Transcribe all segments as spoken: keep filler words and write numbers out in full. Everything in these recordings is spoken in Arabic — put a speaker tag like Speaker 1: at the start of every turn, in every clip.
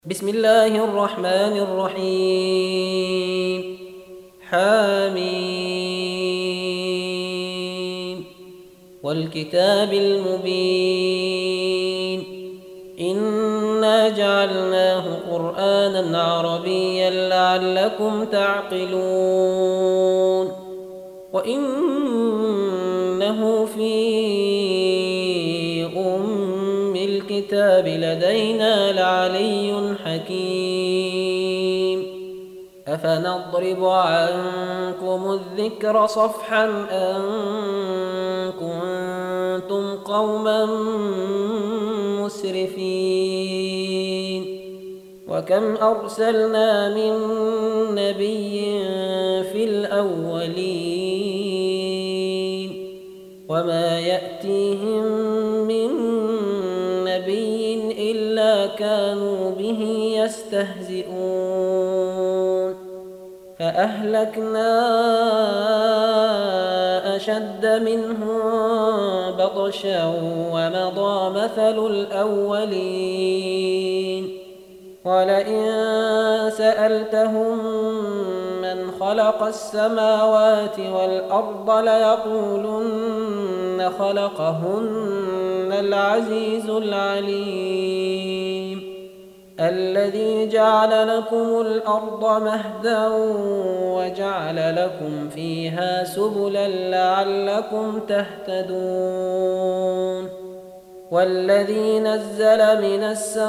Speaker 1: بسم الله الرحمن الرحيم. حميم والكتاب المبين. إنا جعلناه قرآنا عربيا لعلكم تعقلون وإنه في أم الكتاب لدينا لعلي حكيم. أفنضرب عنكم الذكر صفحا أن كنتم قوما مسرفين. وكم أرسلنا من نبي في الأولين وما يأتيهم من نبي إلا كانوا به يستهزئون. فأهلكنا أشد منهم بطشا ومضى مثل الأولين. ولئن سألتهم من خلق السماوات والأرض ليقولن خلقهن العزيز العليم الذي جعل لكم الأرض مهدا وجعل لكم فيها سبلا لعلكم تهتدون. والذي نزل من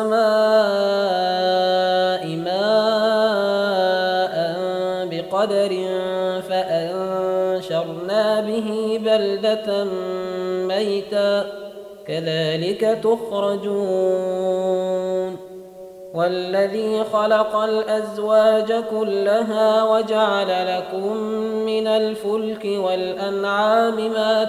Speaker 1: السماء ماء بقدر فأنشرنا به بلدة ميتا كذلك تخرجون. والذي خلق الأزواج كلها وجعل لكم من الفلك والأنعام ما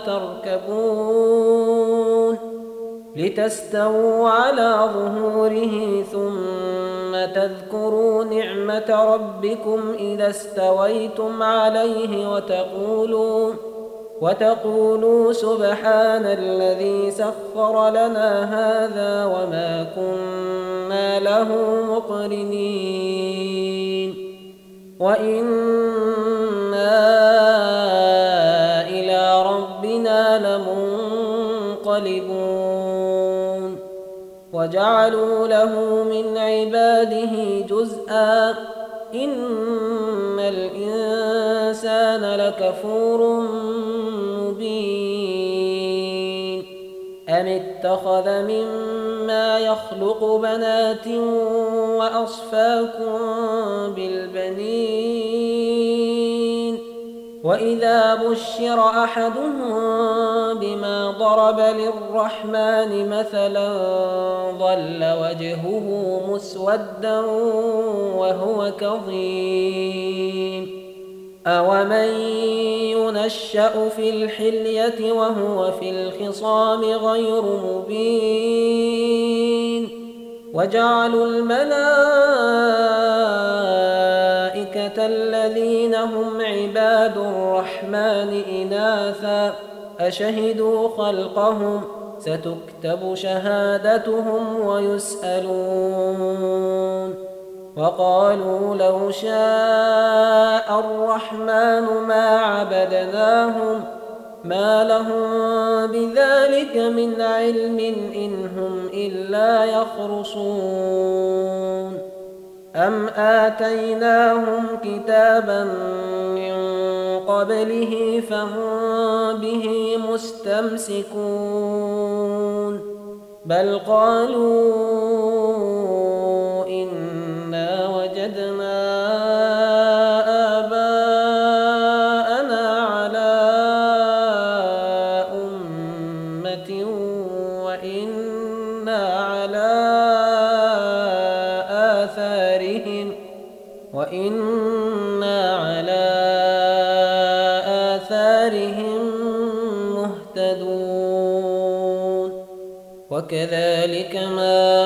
Speaker 1: تركبون لتستووا على ظهوره ثم تذكروا نعمة ربكم إذا استويتم عليه وتقولوا وتقولوا سبحان الذي سخر لنا هذا وما كنا له مقرنين وإنا إلى ربنا لمنقلبون. وجعلوا له من عباده جزءا إن الإنسان لكفور مبين. أم اتخذ مما يخلق بنات وأصفاكم بالبنين وإذا بشر أحدهم بما ضرب للرحمن مثلا ظل وجهه مسودا وهو كظيم. أومن ينشأ في الحلية وهو في الخصام غير مبين. وجعلوا الملائكة الذين هم عباد الرحمن إناثا أشهدوا خلقهم ستكتب شهادتهم ويسألون. وقالوا لو شاء الرحمن ما عبدناهم ما لهم بذلك من علم إن هم إلا يخرصون. أم آتيناهم كتابا من قبله فهم به مستمسكون بل قالوا إنا وجدنا آباءنا على أمة وإنا على آثارهم وإنا على آثارهم مهتدون. وكذلك ما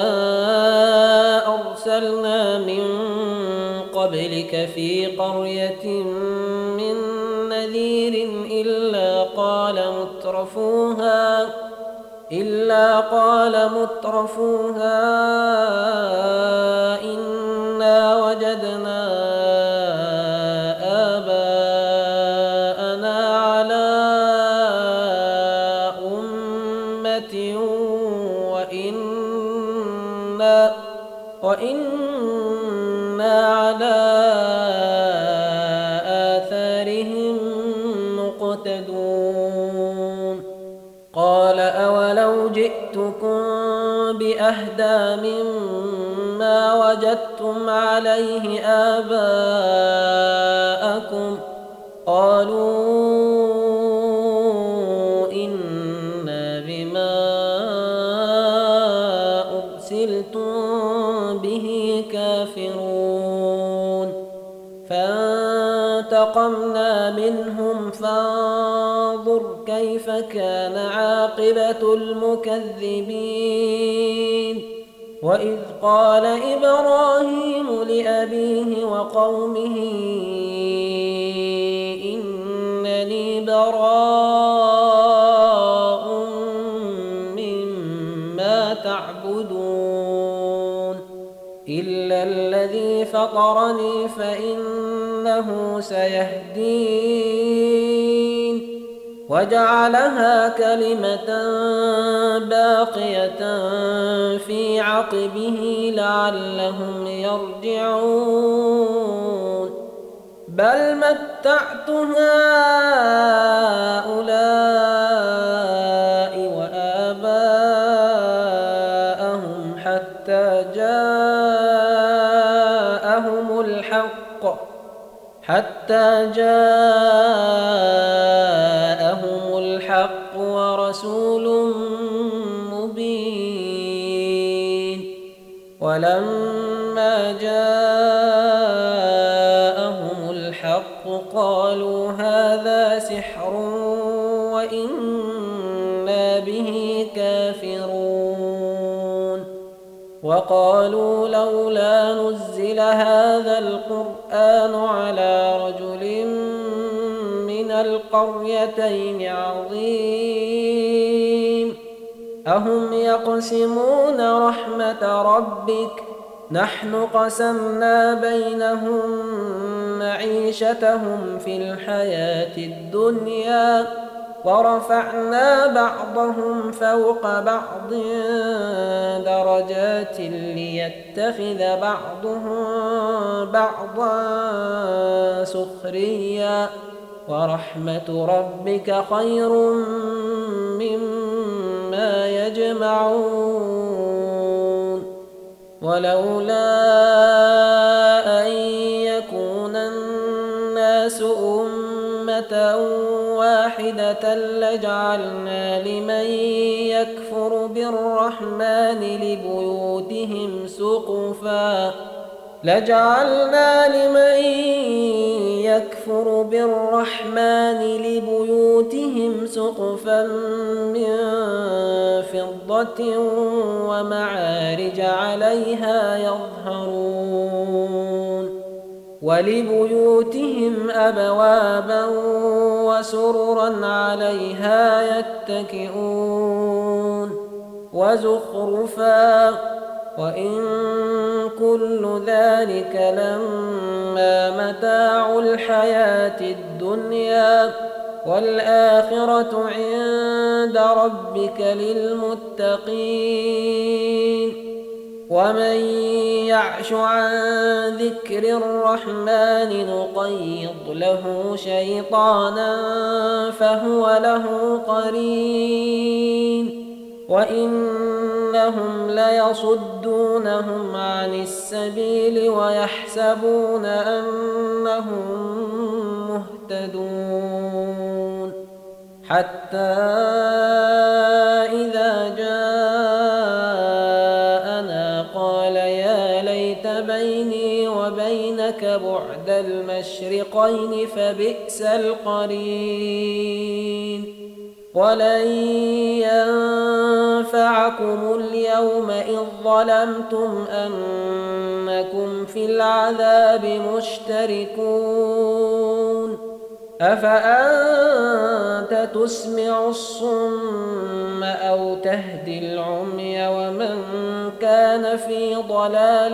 Speaker 1: أرسلنا من قبلك في قرية من نذير إلا قال مترفوها إلا قال مترفوها إنا وجدنا آباءنا على أمة وإنا, وإنا على آثارهم مقتدون قال أولو جئتكم بأهدى مما وجدتم عليه آباءكم قالوا إنا بما أرسلتم به كافرون فانتقمنا منهم فانظر كيف كان عاقبة المكذبين وإذ قال إبراهيم لأبيه وقومه إنني براء مما تعبدون إلا الذي فطرني فإنه سيهدين وجعلها كلمة باقية في عقبه لعلهم يرجعون بل متعت هؤلاء وآباءهم حتى جاءهم الحق حتى جاءهم الحق ورسول مبين ولما جاءهم الحق قالوا هذا سحر وإنا به كافرون وقالوا لولا نزل هذا القرآن على رجل من القريتين عظيم أهم يقسمون رحمة ربك نحن قسمنا بينهم معيشتهم في الحياة الدنيا ورفعنا بعضهم فوق بعض درجات ليتخذ بعضهم بعضا سخريا ورحمة ربك خير مما يجمعون ولولا أن يكون الناس أمة واحدة لجعلنا لمن يكفر بالرحمن لبيوتهم سقفا لجعلنا لمن يكفر بالرحمن لبيوتهم سقفا من فضة ومعارج عليها يظهرون ولبيوتهم أبوابا وسررا عليها يتكئون وزخرفا وإن كل ذلك لما متاع الحياة الدنيا والآخرة عند ربك للمتقين ومن يعش عن ذكر الرحمن نقيض له شيطانا فهو له قرين وإنهم ليصدونهم عن السبيل ويحسبون أنهم مهتدون حتى إذا جاءنا قال يا ليت بيني وبينك بعد المشرقين فبئس القرين ولن ينفعكم اليوم إذ ظلمتم أنكم في العذاب مشتركون أفأنت تسمع الصم أو تهدي العمي ومن كان في ضلال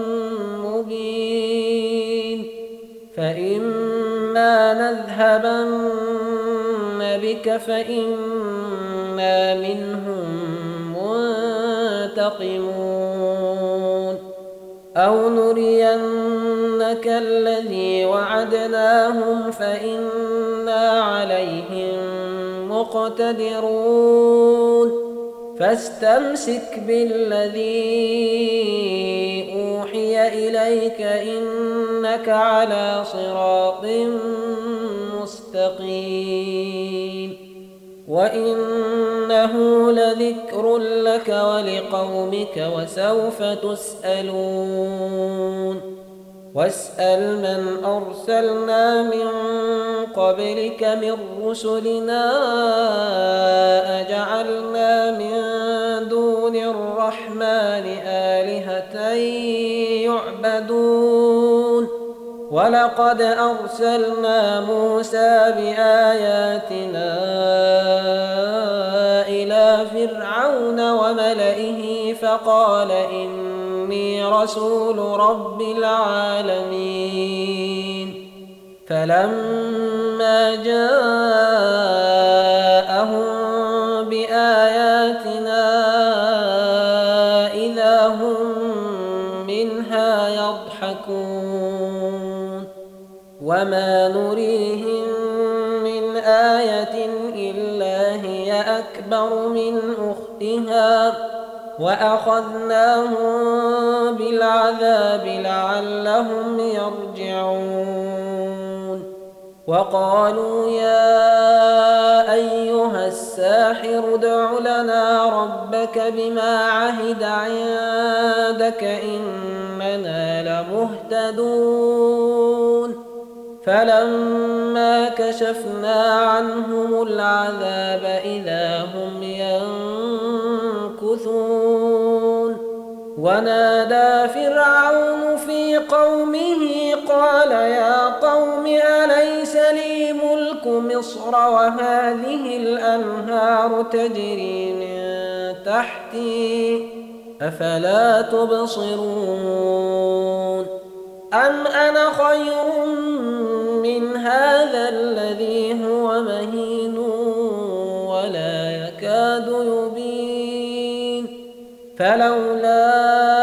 Speaker 1: مبين فإما نذهبن بك فإنا منهم منتقمون أو نرينك الذي وعدناهم فإنا عليهم مقتدرون فاستمسك بالذي أوحي إليك إنك على صراط مستقيم وإنه لذكر لك ولقومك وسوف تسألون واسأل من أرسلنا من قبلك من رسلنا أجعلنا من دون الرحمن آلهة يعبدون ولقد أرسلنا موسى بآياتنا إلى فرعون وملئه فقال إني رسول رب العالمين فلما جاءهم بآياتنا إذا هم منها يضحكون وما نريهم من آية إلا هي أكبر من أختها وأخذناهم بالعذاب لعلهم يرجعون وقالوا يا أيها الساحر ادع لنا ربك بما عهد عندك إننا لمهتدون فلما كشفنا عنهم العذاب إذا هم ينكثون ونادى فرعون في قومه قال يا قوم أليس لي ملك مصر وهذه الأنهار تجري من تحتي أفلا تبصرون أم أنا خير من هذا الذي هو مهين ولا يكاد يبين فلولا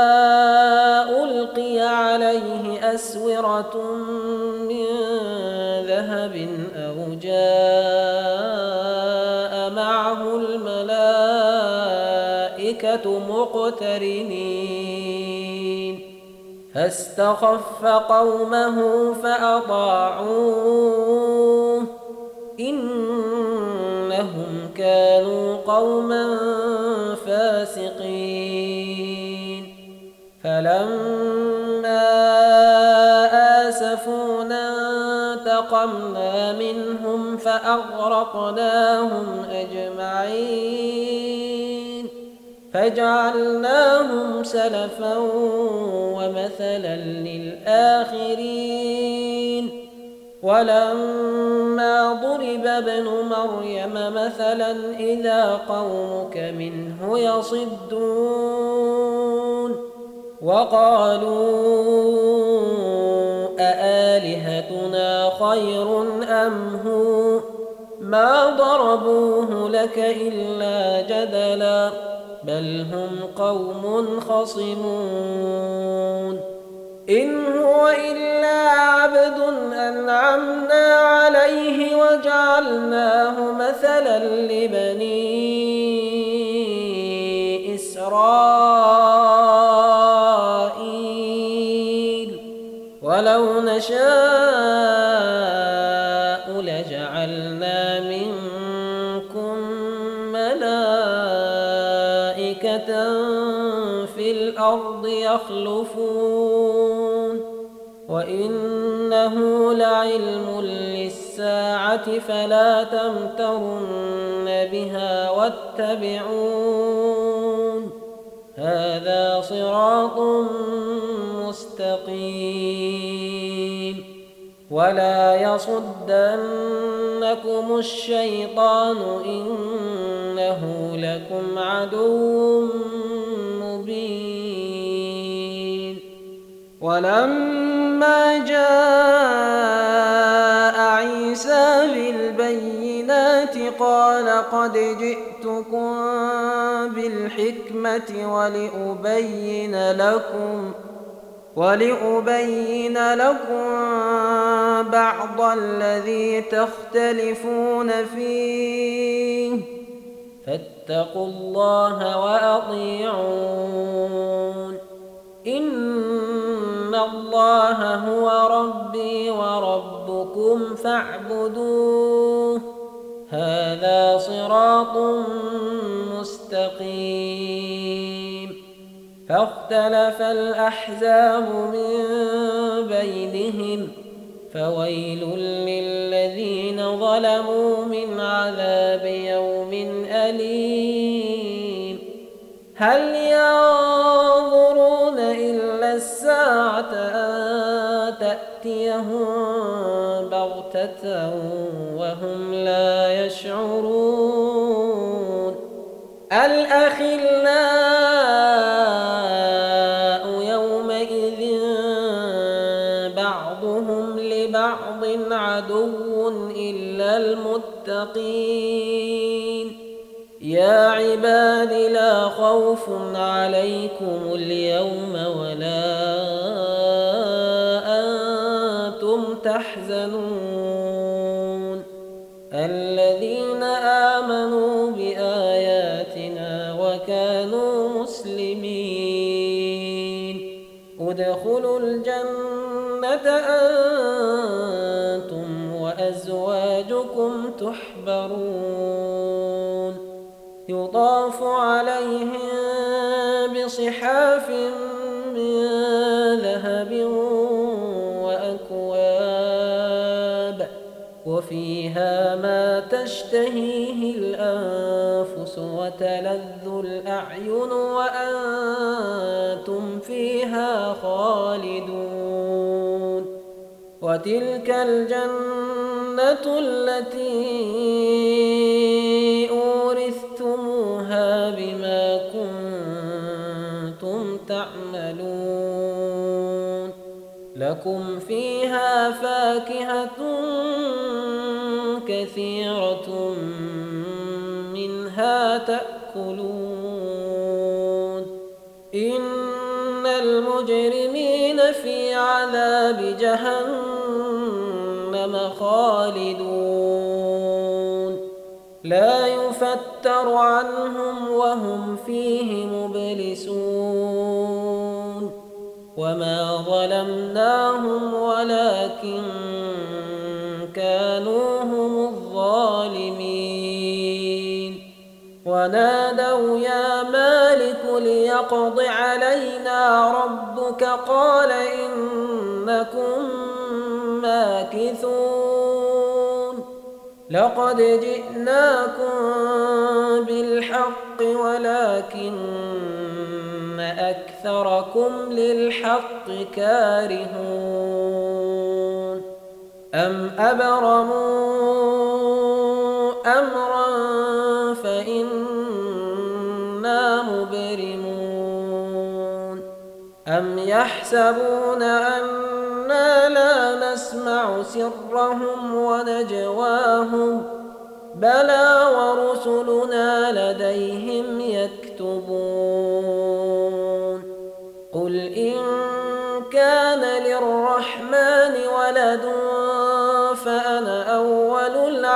Speaker 1: ألقي عليه أسورة من ذهب أو جاء معه الملائكة مقترنين فاستخف قومه فأطاعوه إنهم كانوا قوما فاسقين فلما آسفونا انتقمنا منهم فأغرقناهم أجمعين فجعلناهم سلفا ومثلا للآخرين ولما ضرب ابن مريم مثلا إذا قومك منه يصدون وقالوا أآلهتنا خير أم هو ما ضربوه لك إلا جدلا بل هم قوم خصمون إن هو إلا عبد أنعمنا عليه وجعلناه مثلا لبني إسرائيل ولو نشاء لجعلنا منكم ملائكة في الأرض يخلفون وإنه لعلم للساعة فلا تمترن بها واتبعون هذا صراط مستقيم ولا يصدنكم الشيطان إنه لكم عدو مبين. ولما جاء عيسى بالبينات قال قد جئتكم بالحكمة ولأبين لكم ولأبين لكم بعض الذي تختلفون فيه فاتقوا الله وأطيعون. إن الله هو ربي وربكم فاعبدوه هذا صراط مستقيم. فاختلف الأحزاب من بينهم فويل للذين ظلموا من عذاب يوم أليم. هل ينظرون إلا الساعة أن تأتيهم بغتة وهم لا يشعرون. الأخلاء يومئذ بعضهم لبعض عدو إلا المتقين. يا عباد لا خوف عليكم اليوم ولا أنتم تحزنون الذين آمنوا بآياتنا وكانوا مسلمين ادخلوا الجنة أنتم وأزواجكم تحبرون يطاف عليهم بصحاف من ذهب وأكواب وفيها ما تشتهيه الأنفس وتلذ الأعين وأنتم فيها خالدون. وتلك الجنة التي أورثتموها بما كنتم تعملون لكم فيها فاكهة كثيرة منها تأكلون. إن المجرمين في عذاب جهنم خالدون لا يفتر عنهم وهم فيه مبلسون. وما ظلمناهم ولكن كانوا هم الظالمين. ونادوا يا مالك ليقض علينا ربك قال إنكم ماكثون. لقد جئناكم بالحق ولكن أكثركم للحق كارهون. أم أبرموا أمرا فإنا مبرمون. أم يحسبون أنا لا نسمع سرهم ونجواهم بلى ورسلنا لديهم يكتبون. قل إن كان للرحمن ولد فأنا أول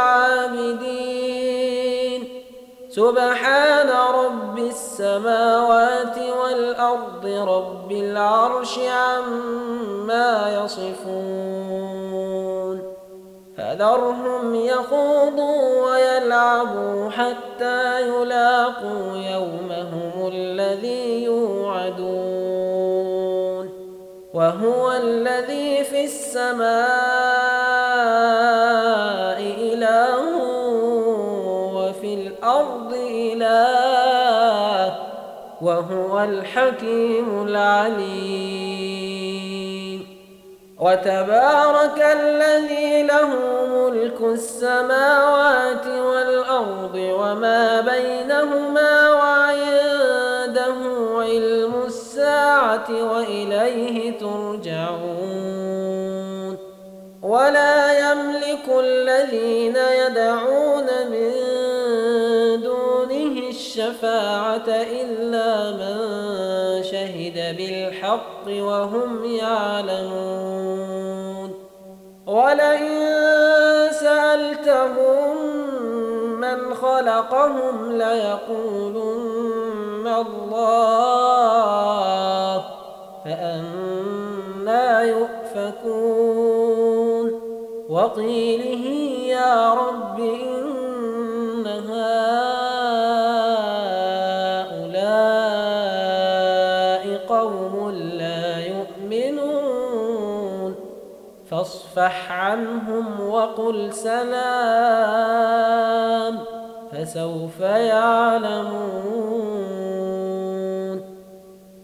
Speaker 1: العابدين. سبحان رب السماوات والأرض رب العرش عما يصفون. فذرهم يخوضوا ويلعبوا حتى يلاقوا يومهم الذي يوعدون. وهو الذي في السماء إله وفي الأرض إله وهو الحكيم العليم. وتبارك الذي له ملك السماوات والأرض وما بينهما وعنده علم الساعة وإليه ترجعون ولا يملك الذين يدعون من دونه الشفاعة إلا من شهد بالحق وهم يعلمون ولئن سألتهم من خلقهم ليقولن الله فأنى يؤفكون وقيله يا رب إن هؤلاء قوم لا يؤمنون فاصفح عنهم وقل سلام فسوف يعلمون.